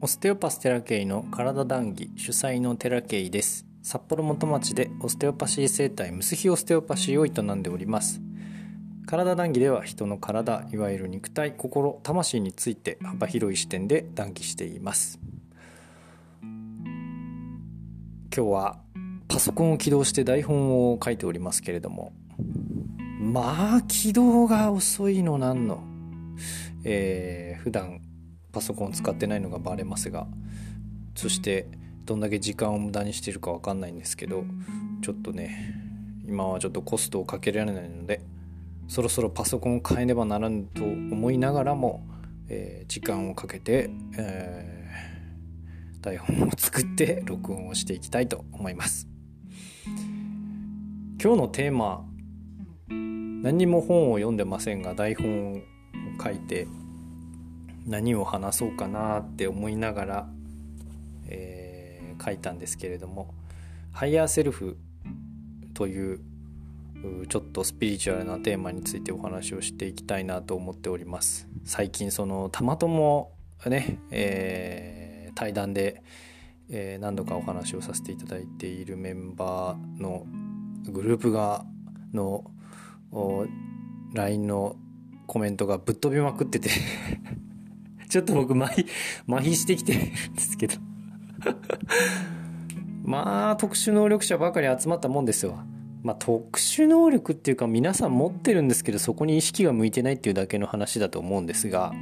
オステオパステラケイの体談義主催のテラケイです。札幌元町でオステオパシー生態ムスヒオステオパシーを営んでおります。体談義では人の体、いわゆる肉体、心、魂について幅広い視点で談義しています。今日はパソコンを起動して台本を書いておりますけれども、起動が遅いのなんの、普段パソコンを使ってないのがバレますが、そしてどんだけ時間を無駄にしているか分かんないんですけど、ちょっとね今はちょっとコストをかけられないので、そろそろパソコンを変えねばならんと思いながらも、時間をかけて、台本を作って録音をしていきたいと思います。今日のテーマ、何にも本を読んでませんが台本を書いて何を話そうかなって思いながら、書いたんですけれども、ハイヤーセルフというちょっとスピリチュアルなテーマについてお話をしていきたいなと思っております。最近たまともね、対談で、何度かお話をさせていただいているメンバーのグループの LINE のコメントがぶっ飛びまくっててちょっと僕麻痺してきてるんですけど特殊能力者ばかり集まったもんですよ。特殊能力っていうか皆さん持ってるんですけど、そこに意識が向いてないっていうだけの話だと思うんですが、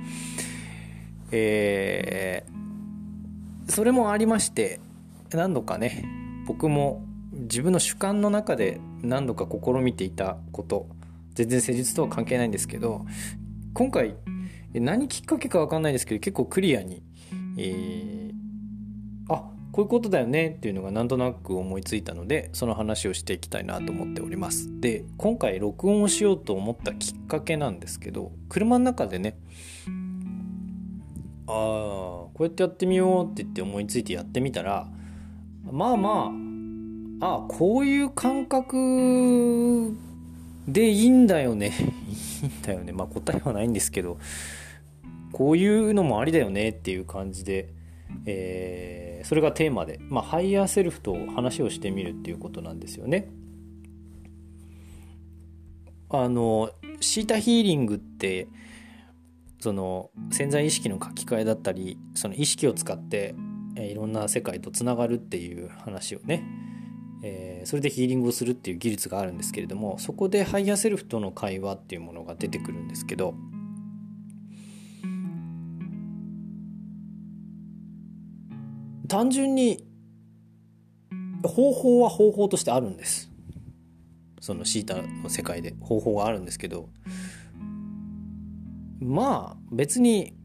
それもありまして、何度かね僕も自分の主観の中で何度か試みていたこと、全然施術とは関係ないんですけど、今回何きっかけか分かんないですけど結構クリアに、こういうことだよねっていうのがなんとなく思いついたので、その話をしていきたいなと思っております。で、今回録音をしようと思ったきっかけなんですけど、車の中でねこうやってやってみようって言って思いついてやってみたら、こういう感覚でいいんだよねいいんだよね、答えはないんですけど、こういうのもありだよねっていう感じで、それがテーマで、ハイヤーセルフと話をしてみるっていうことなんですよね。シータヒーリングって潜在意識の書き換えだったり、その意識を使っていろんな世界とつながるっていう話をね、それでヒーリングをするっていう技術があるんですけれども、そこでハイヤーセルフとの会話っていうものが出てくるんですけど、単純に方法は方法としてあるんです。そのシータの世界で方法があるんですけど、別に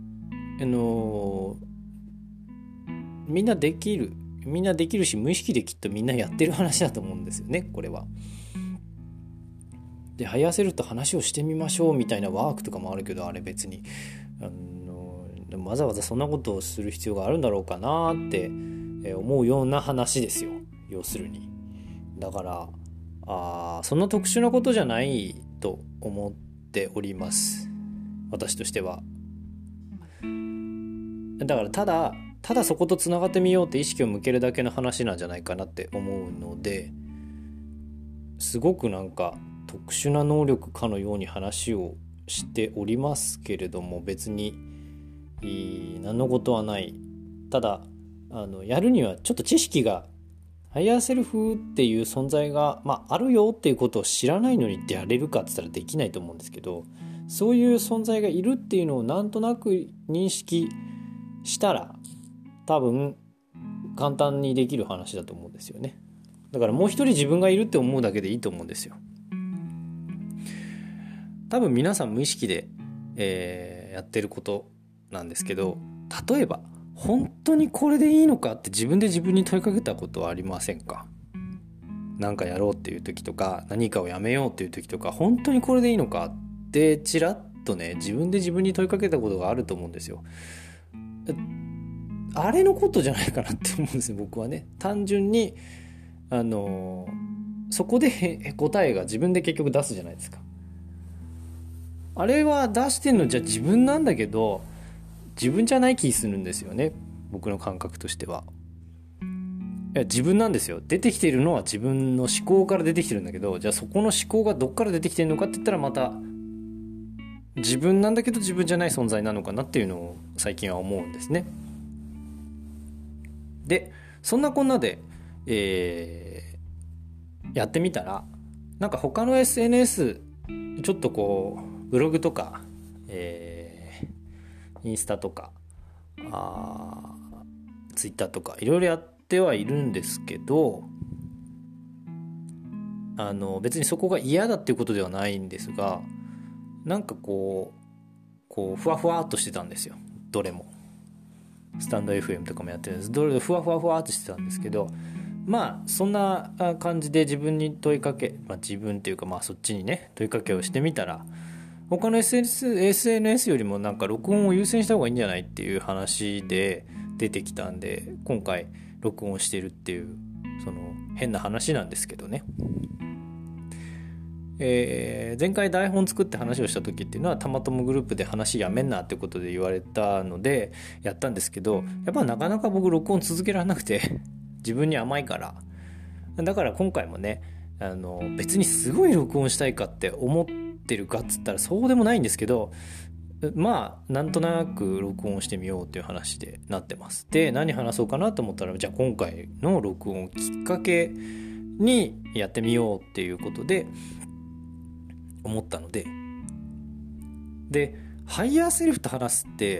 みんなできるし、無意識できっとみんなやってる話だと思うんですよね、これは。で、ハイヤーセルフと話をしてみましょうみたいなワークとかもあるけど、あれ別にわざわざそんなことをする必要があるんだろうかなって思うような話ですよ、要するに。だからそんな特殊なことじゃないと思っております、私としては。だからただそことつながってみようって意識を向けるだけの話なんじゃないかなって思うので、すごく特殊な能力かのように話をしておりますけれども、別に何のことはない。ただやるにはちょっと知識が、ハイヤーセルフっていう存在が、あるよっていうことを知らないのにってやれるかって言ったらできないと思うんですけど、そういう存在がいるっていうのをなんとなく認識したら多分簡単にできる話だと思うんですよね。だからもう一人自分がいるって思うだけでいいと思うんですよ。多分皆さん無意識で、やってることなんですけど、例えば本当にこれでいいのかって自分で自分に問いかけたことはありませんか？何かやろうっていう時とか、何かをやめようっていう時とか、本当にこれでいいのかってちらっとね自分で自分に問いかけたことがあると思うんですよ。あれのことじゃないかなって思うんですよ、僕はね。単純にそこで答えが自分で結局出すじゃないですか。あれは出してんのじゃ自分なんだけど、自分じゃない気するんですよね。 僕の感覚としては。いや自分なんですよ。出てきているのは自分の思考から出てきてるんだけど、じゃあそこの思考がどっから出てきてるのかって言ったらまた自分なんだけど自分じゃない存在なのかなっていうのを最近は思うんですね。でそんなこんなで、やってみたらなんか他の SNS ちょっとこうブログとか、インスタとかツイッターとかいろいろやってはいるんですけど、別にそこが嫌だっていうことではないんですが、なんかこうふわふわっとしてたんですよ。どれもスタンド FM とかもやってるんです。どれもふわふわふわっとしてたんですけど、まあそんな感じで自分に問いかけ、自分っていうかそっちにね問いかけをしてみたら、他の SNS よりもなんか録音を優先した方がいいんじゃないっていう話で出てきたんで、今回録音してるっていうその変な話なんですけどね。前回台本作って話をした時っていうのはたまたまグループで話やめんなってことで言われたのでやったんですけど、やっぱなかなか僕録音続けられなくて自分に甘いから、だから今回もね別にすごい録音したいかって思ってるかっつったらそうでもないんですけど、なんとなく録音してみようっていう話でなってます。で何話そうかなと思ったら、じゃあ今回の録音をきっかけにやってみようっていうことで思ったので、ハイヤーセルフと話すって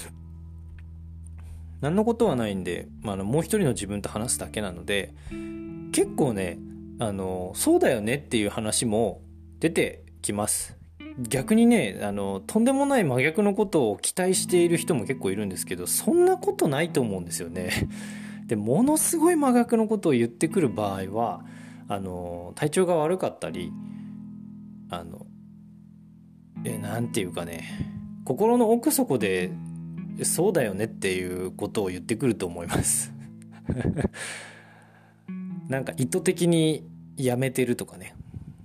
何のことはないんで、もう一人の自分と話すだけなので、結構ねそうだよねっていう話も出てきます。逆にねとんでもない真逆のことを期待している人も結構いるんですけど、そんなことないと思うんですよね。でものすごい真逆のことを言ってくる場合は体調が悪かったりなんていうかね、心の奥底でそうだよねっていうことを言ってくると思いますなんか意図的にやめてるとかね、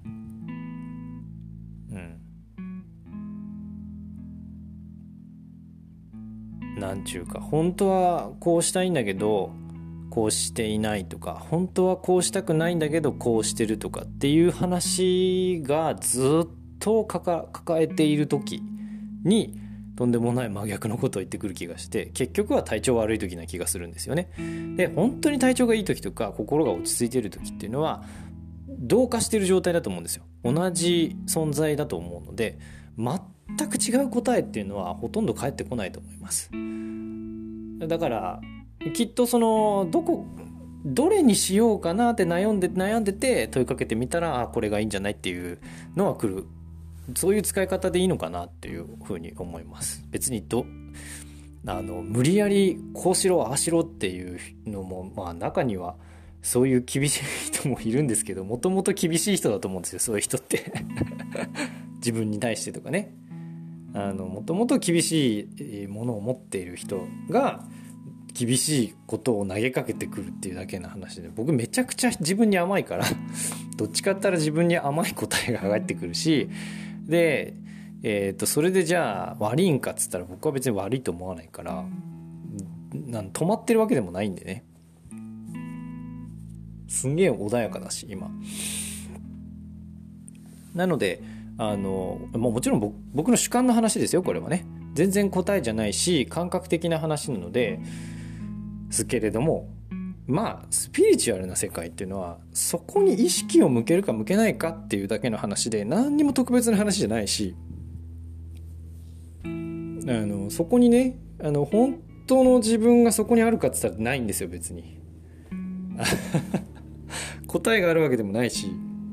なんちゅうか、本当はこうしたいんだけどこうしていないとか、本当はこうしたくないんだけどこうしてるとかっていう話がずっと抱えている時にとんでもない真逆のことを言ってくる気がして、結局は体調悪い時な気がするんですよね。で本当に体調がいい時とか心が落ち着いている時っていうのは同化している状態だと思うんですよ。同じ存在だと思うので、全く違う答えっていうのはほとんど返ってこないと思います。だからきっとどれにしようかなって悩んでて問いかけてみたら、これがいいんじゃないっていうのは来る。そういう使い方でいいのかなっていうふうに思います。別に無理やりこうしろああしろっていうのも中にはそういう厳しい人もいるんですけど、もともと厳しい人だと思うんですよ、そういう人って自分に対してとかね、もともと厳しいものを持っている人が厳しいことを投げかけてくるっていうだけの話で、僕めちゃくちゃ自分に甘いからどっちかって言ったら自分に甘い答えが返ってくるし、でそれでじゃあ悪いんかっつったら僕は別に悪いと思わないから、止まってるわけでもないんでね、すんげえ穏やかだし今なのでもちろん僕の主観の話ですよ、これはね。全然答えじゃないし感覚的な話なのですけれども、スピリチュアルな世界っていうのはそこに意識を向けるか向けないかっていうだけの話で、何にも特別な話じゃないし、そこにね本当の自分がそこにあるかって言ったらないんですよ、別に答えがあるわけでもないし、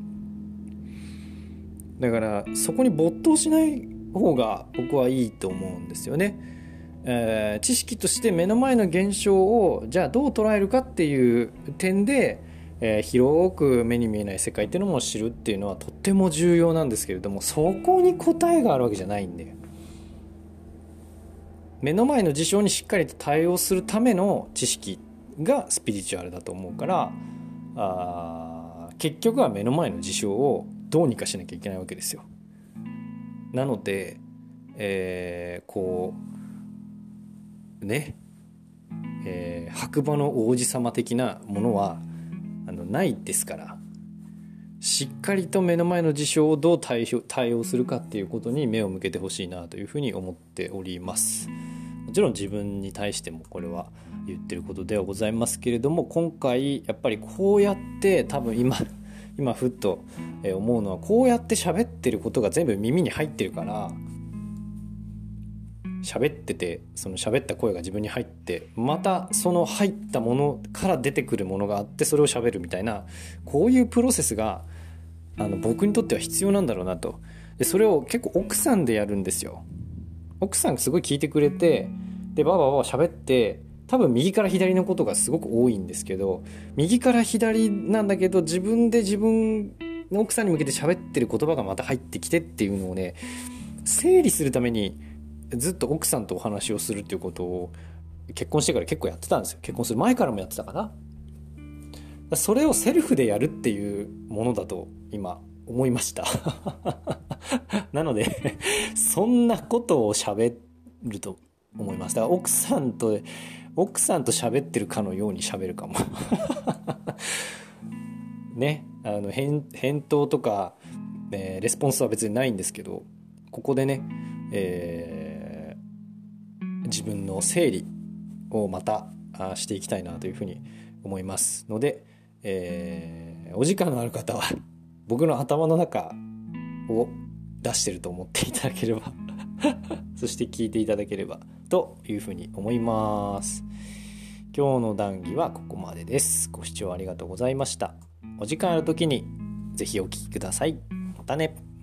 だからそこに没頭しない方が僕はいいと思うんですよね。知識として目の前の現象をじゃあどう捉えるかっていう点で、広く目に見えない世界っていうのも知るっていうのはとっても重要なんですけれども、そこに答えがあるわけじゃないんで、目の前の事象にしっかりと対応するための知識がスピリチュアルだと思うから、結局は目の前の事象をどうにかしなきゃいけないわけですよ。なので、こうね、 白馬の王子様的なものはないですから、しっかりと目の前の事象をどう対応するかっていうことに目を向けてほしいなというふうに思っております。もちろん自分に対してもこれは言ってることではございますけれども、今回やっぱりこうやって多分今ふっと思うのは、こうやって喋ってることが全部耳に入ってるから、喋っててその喋った声が自分に入って、またその入ったものから出てくるものがあって、それを喋るみたいな、こういうプロセスが僕にとっては必要なんだろうなと。でそれを結構奥さんでやるんですよ。奥さんがすごい聞いてくれて、でバーバー喋って、多分右から左のことがすごく多いんですけど、右から左なんだけど自分の奥さんに向けて喋ってる言葉がまた入ってきてっていうのをね、整理するためにずっと奥さんとお話をするっていうことを結婚してから結構やってたんですよ。結婚する前からもやってたかな。それをセルフでやるっていうものだと今思いましたなのでそんなことを喋ると思います。だから奥さんと喋ってるかのように喋るかもね、返答とか、レスポンスは別にないんですけど、ここでね、自分の整理をまたしていきたいなというふうに思いますので、お時間のある方は僕の頭の中を出してると思っていただければそして聞いていただければというふうに思います。今日の談義はここまでです。ご視聴ありがとうございました。お時間ある時にぜひお聞きください。またね。